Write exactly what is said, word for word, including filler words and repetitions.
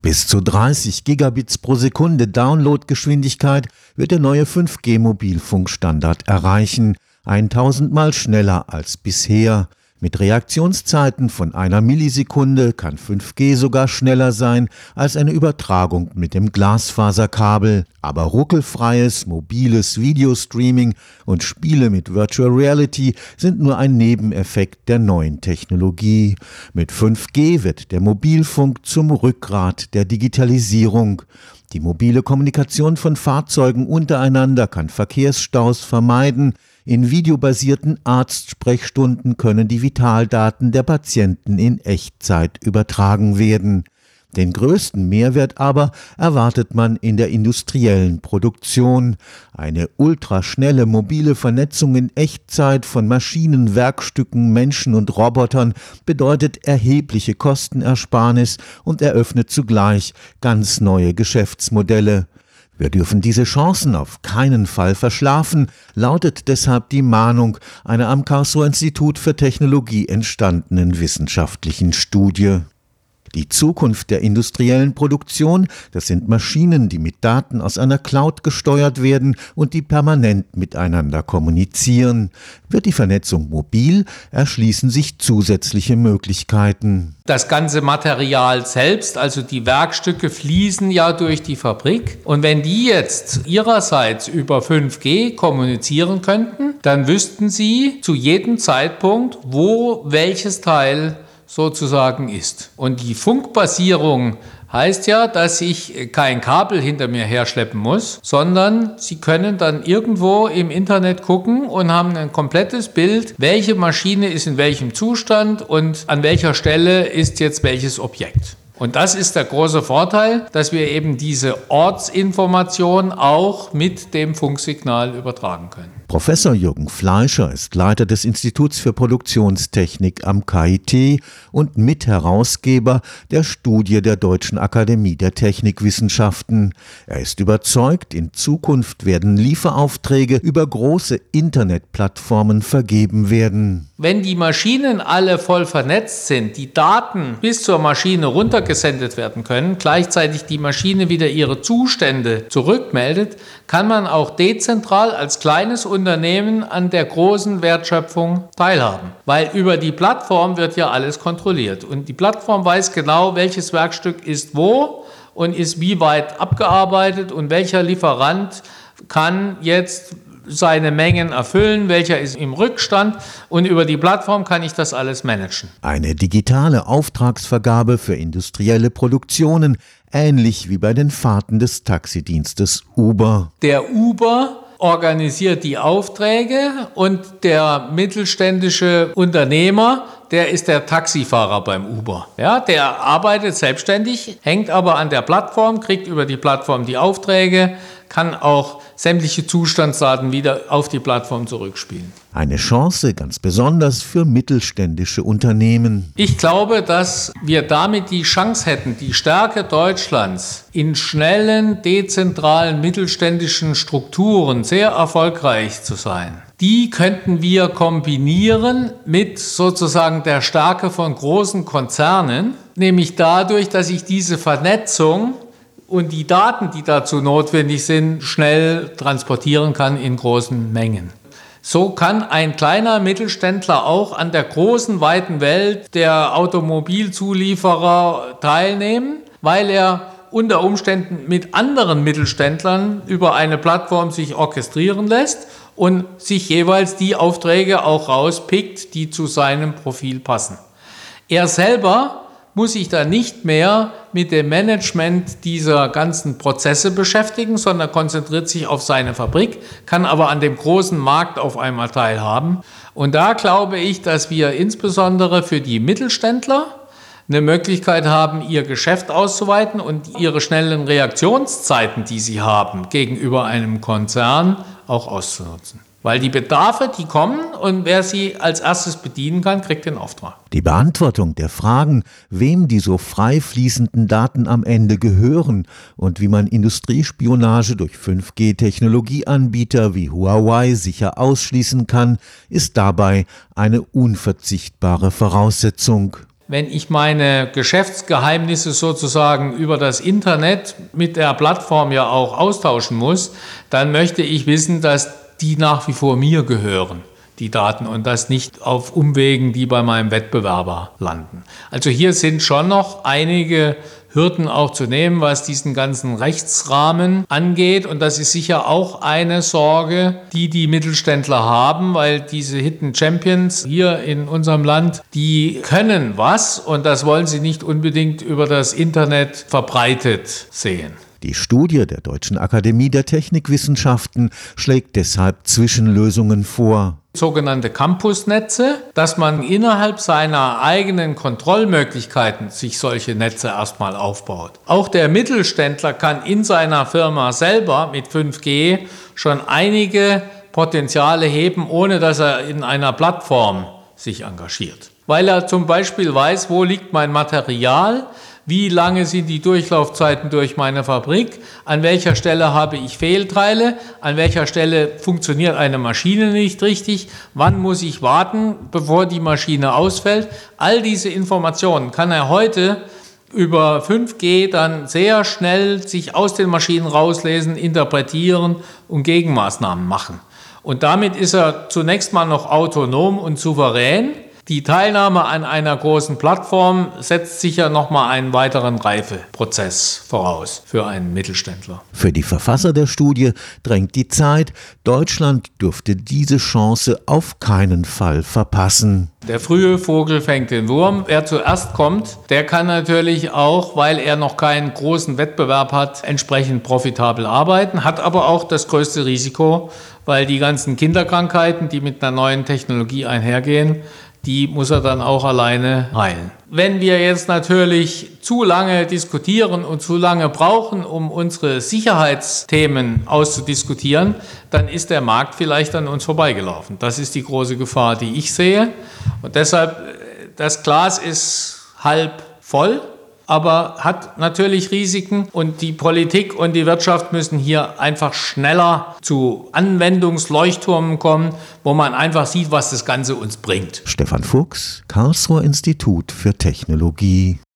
Bis zu dreißig Gigabits pro Sekunde Downloadgeschwindigkeit wird der neue fünf G Mobilfunkstandard erreichen, tausendmal schneller als bisher. Mit Reaktionszeiten von einer Millisekunde kann fünf G sogar schneller sein als eine Übertragung mit dem Glasfaserkabel. Aber ruckelfreies, mobiles Videostreaming und Spiele mit Virtual Reality sind nur ein Nebeneffekt der neuen Technologie. Mit fünf G wird der Mobilfunk zum Rückgrat der Digitalisierung. Die mobile Kommunikation von Fahrzeugen untereinander kann Verkehrsstaus vermeiden. In videobasierten Arztsprechstunden können die Vitaldaten der Patienten in Echtzeit übertragen werden. Den größten Mehrwert aber erwartet man in der industriellen Produktion. Eine ultraschnelle mobile Vernetzung in Echtzeit von Maschinen, Werkstücken, Menschen und Robotern bedeutet erhebliche Kostenersparnis und eröffnet zugleich ganz neue Geschäftsmodelle. Wir dürfen diese Chancen auf keinen Fall verschlafen, lautet deshalb die Mahnung einer am Karlsruher Institut für Technologie entstandenen wissenschaftlichen Studie. Die Zukunft der industriellen Produktion, das sind Maschinen, die mit Daten aus einer Cloud gesteuert werden und die permanent miteinander kommunizieren. Wird die Vernetzung mobil, erschließen sich zusätzliche Möglichkeiten. Das ganze Material selbst, also die Werkstücke, fließen ja durch die Fabrik. Und wenn die jetzt ihrerseits über fünf G kommunizieren könnten, dann wüssten sie zu jedem Zeitpunkt, wo welches Teil sozusagen ist. Und die Funkbasierung heißt ja, dass ich kein Kabel hinter mir herschleppen muss, sondern Sie können dann irgendwo im Internet gucken und haben ein komplettes Bild, welche Maschine ist in welchem Zustand und an welcher Stelle ist jetzt welches Objekt. Und das ist der große Vorteil, dass wir eben diese Ortsinformation auch mit dem Funksignal übertragen können. Professor Jürgen Fleischer ist Leiter des Instituts für Produktionstechnik am K I T und Mitherausgeber der Studie der Deutschen Akademie der Technikwissenschaften. Er ist überzeugt, in Zukunft werden Lieferaufträge über große Internetplattformen vergeben werden. Wenn die Maschinen alle voll vernetzt sind, die Daten bis zur Maschine runtergesendet werden können, gleichzeitig die Maschine wieder ihre Zustände zurückmeldet, kann man auch dezentral als kleines Unternehmen an der großen Wertschöpfung teilhaben. Weil über die Plattform wird ja alles kontrolliert. Und die Plattform weiß genau, welches Werkstück ist wo und ist wie weit abgearbeitet und welcher Lieferant kann jetzt seine Mengen erfüllen, welcher ist im Rückstand, und über die Plattform kann ich das alles managen. Eine digitale Auftragsvergabe für industrielle Produktionen, ähnlich wie bei den Fahrten des Taxidienstes Uber. Der Uber organisiert die Aufträge und der mittelständische Unternehmer, der ist der Taxifahrer beim Uber. Ja, der arbeitet selbstständig, hängt aber an der Plattform, kriegt über die Plattform die Aufträge, kann auch sämtliche Zustandsdaten wieder auf die Plattform zurückspielen. Eine Chance ganz besonders für mittelständische Unternehmen. Ich glaube, dass wir damit die Chance hätten, die Stärke Deutschlands in schnellen, dezentralen, mittelständischen Strukturen sehr erfolgreich zu sein. Die könnten wir kombinieren mit sozusagen der Stärke von großen Konzernen, nämlich dadurch, dass ich diese Vernetzung und die Daten, die dazu notwendig sind, schnell transportieren kann in großen Mengen. So kann ein kleiner Mittelständler auch an der großen, weiten Welt der Automobilzulieferer teilnehmen, weil er unter Umständen mit anderen Mittelständlern über eine Plattform sich orchestrieren lässt und sich jeweils die Aufträge auch rauspickt, die zu seinem Profil passen. Er selber muss sich da nicht mehr mit dem Management dieser ganzen Prozesse beschäftigen, sondern konzentriert sich auf seine Fabrik, kann aber an dem großen Markt auf einmal teilhaben. Und da glaube ich, dass wir insbesondere für die Mittelständler eine Möglichkeit haben, ihr Geschäft auszuweiten und ihre schnellen Reaktionszeiten, die sie haben, gegenüber einem Konzern auch auszunutzen. Weil die Bedarfe, die kommen, und wer sie als erstes bedienen kann, kriegt den Auftrag. Die Beantwortung der Fragen, wem die so frei fließenden Daten am Ende gehören und wie man Industriespionage durch fünf G Technologieanbieter wie Huawei sicher ausschließen kann, ist dabei eine unverzichtbare Voraussetzung. wenn ich meine Geschäftsgeheimnisse sozusagen über das Internet mit der Plattform ja auch austauschen muss, dann möchte ich wissen, dass die nach wie vor mir gehören, die Daten, und das nicht auf Umwegen, die bei meinem Wettbewerber landen. Also hier sind schon noch einige Hürden auch zu nehmen, was diesen ganzen Rechtsrahmen angeht. Und das ist sicher auch eine Sorge, die die Mittelständler haben, weil diese Hidden Champions hier in unserem Land, die können was und das wollen sie nicht unbedingt über das Internet verbreitet sehen. Die Studie der Deutschen Akademie der Technikwissenschaften schlägt deshalb Zwischenlösungen vor. Sogenannte Campusnetze, dass man innerhalb seiner eigenen Kontrollmöglichkeiten sich solche Netze erstmal aufbaut. Auch der Mittelständler kann in seiner Firma selber mit fünf G schon einige Potenziale heben, ohne dass er in einer Plattform sich engagiert. Weil er zum Beispiel weiß, wo liegt mein Material, wie lange sind die Durchlaufzeiten durch meine Fabrik, an welcher Stelle habe ich Fehlteile, an welcher Stelle funktioniert eine Maschine nicht richtig, wann muss ich warten, bevor die Maschine ausfällt. All diese Informationen kann er heute über fünf G dann sehr schnell sich aus den Maschinen rauslesen, interpretieren und Gegenmaßnahmen machen. Und damit ist er zunächst mal noch autonom und souverän. Die Teilnahme an einer großen Plattform setzt sicher nochmal einen weiteren Reifeprozess voraus für einen Mittelständler. Für die Verfasser der Studie drängt die Zeit. Deutschland dürfte diese Chance auf keinen Fall verpassen. Der frühe Vogel fängt den Wurm. Wer zuerst kommt, der kann natürlich auch, weil er noch keinen großen Wettbewerb hat, entsprechend profitabel arbeiten, hat aber auch das größte Risiko, weil die ganzen Kinderkrankheiten, die mit einer neuen Technologie einhergehen, die muss er dann auch alleine heilen. Wenn wir jetzt natürlich zu lange diskutieren und zu lange brauchen, um unsere Sicherheitsthemen auszudiskutieren, dann ist der Markt vielleicht an uns vorbeigelaufen. Das ist die große Gefahr, die ich sehe. Und deshalb, das Glas ist halb voll, aber hat natürlich Risiken, und die Politik und die Wirtschaft müssen hier einfach schneller zu Anwendungsleuchttürmen kommen, wo man einfach sieht, was das Ganze uns bringt. Stefan Fuchs, Karlsruher Institut für Technologie.